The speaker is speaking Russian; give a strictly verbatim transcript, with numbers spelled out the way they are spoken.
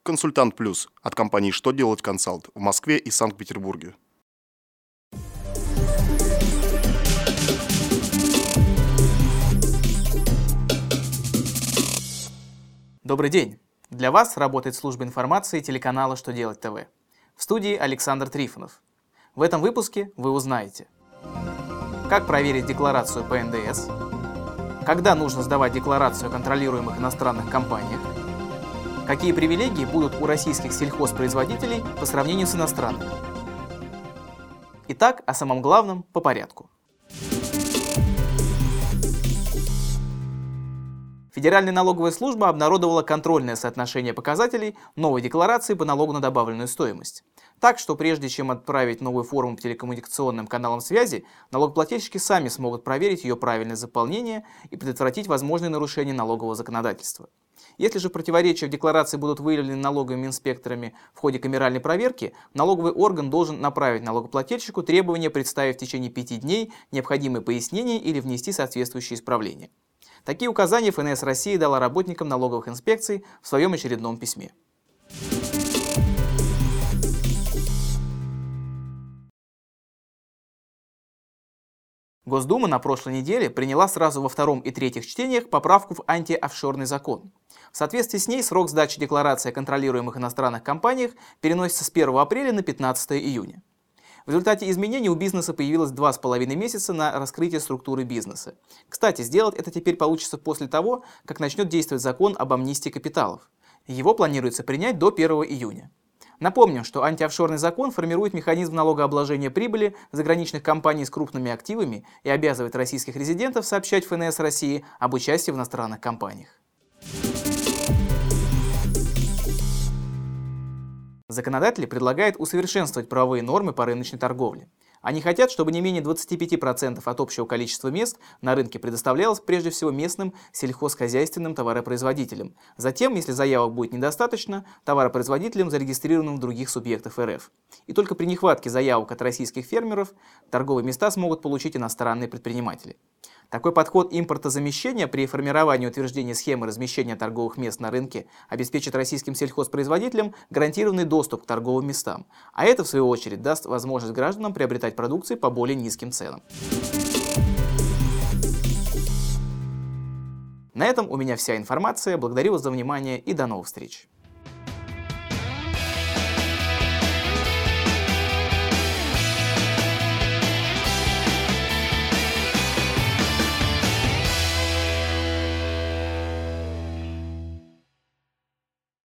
Консультант Плюс от компании «Что делать консалт» в Москве и Санкт-Петербурге. Добрый день! Для вас работает служба информации телеканала «Что делать ТВ». В студии Александр Трифонов. В этом выпуске вы узнаете: как проверить декларацию по эн дэ эс, когда нужно сдавать декларацию о контролируемых иностранных компаниях, какие привилегии будут у российских сельхозпроизводителей по сравнению с иностранными. Итак, о самом главном по порядку. Федеральная налоговая служба обнародовала контрольное соотношение показателей новой декларации по налогу на добавленную стоимость. Так что прежде чем отправить новую форму по телекоммуникационным каналам связи, налогоплательщики сами смогут проверить ее правильное заполнение и предотвратить возможные нарушения налогового законодательства. Если же противоречия в декларации будут выявлены налоговыми инспекторами в ходе камеральной проверки, налоговый орган должен направить налогоплательщику требование представить в течение пяти дней необходимые пояснения или внести соответствующие исправления. Такие указания эф эн эс России дала работникам налоговых инспекций в своем очередном письме. Госдума на прошлой неделе приняла сразу во втором и третьих чтениях поправку в антиофшорный закон. В соответствии с ней срок сдачи декларации о контролируемых иностранных компаниях переносится с первого апреля на пятнадцатое июня. В результате изменений у бизнеса появилось два с половиной месяца на раскрытие структуры бизнеса. Кстати, сделать это теперь получится после того, как начнет действовать закон об амнистии капиталов. Его планируется принять до первого июня. Напомним, что антиофшорный закон формирует механизм налогообложения прибыли заграничных компаний с крупными активами и обязывает российских резидентов сообщать эф эн эс России об участии в иностранных компаниях. Законодатели предлагают усовершенствовать правовые нормы по рыночной торговле. Они хотят, чтобы не менее двадцати пяти процентов от общего количества мест на рынке предоставлялось прежде всего местным сельхозхозяйственным товаропроизводителям. Затем, если заявок будет недостаточно, товаропроизводителям, зарегистрированным в других субъектах эр эф. И только при нехватке заявок от российских фермеров торговые места смогут получить иностранные предприниматели. Такой подход импортозамещения при формировании и утверждении схемы размещения торговых мест на рынке обеспечит российским сельхозпроизводителям гарантированный доступ к торговым местам, а это, в свою очередь, даст возможность гражданам приобретать продукцию по более низким ценам. На этом у меня вся информация. Благодарю вас за внимание и до новых встреч!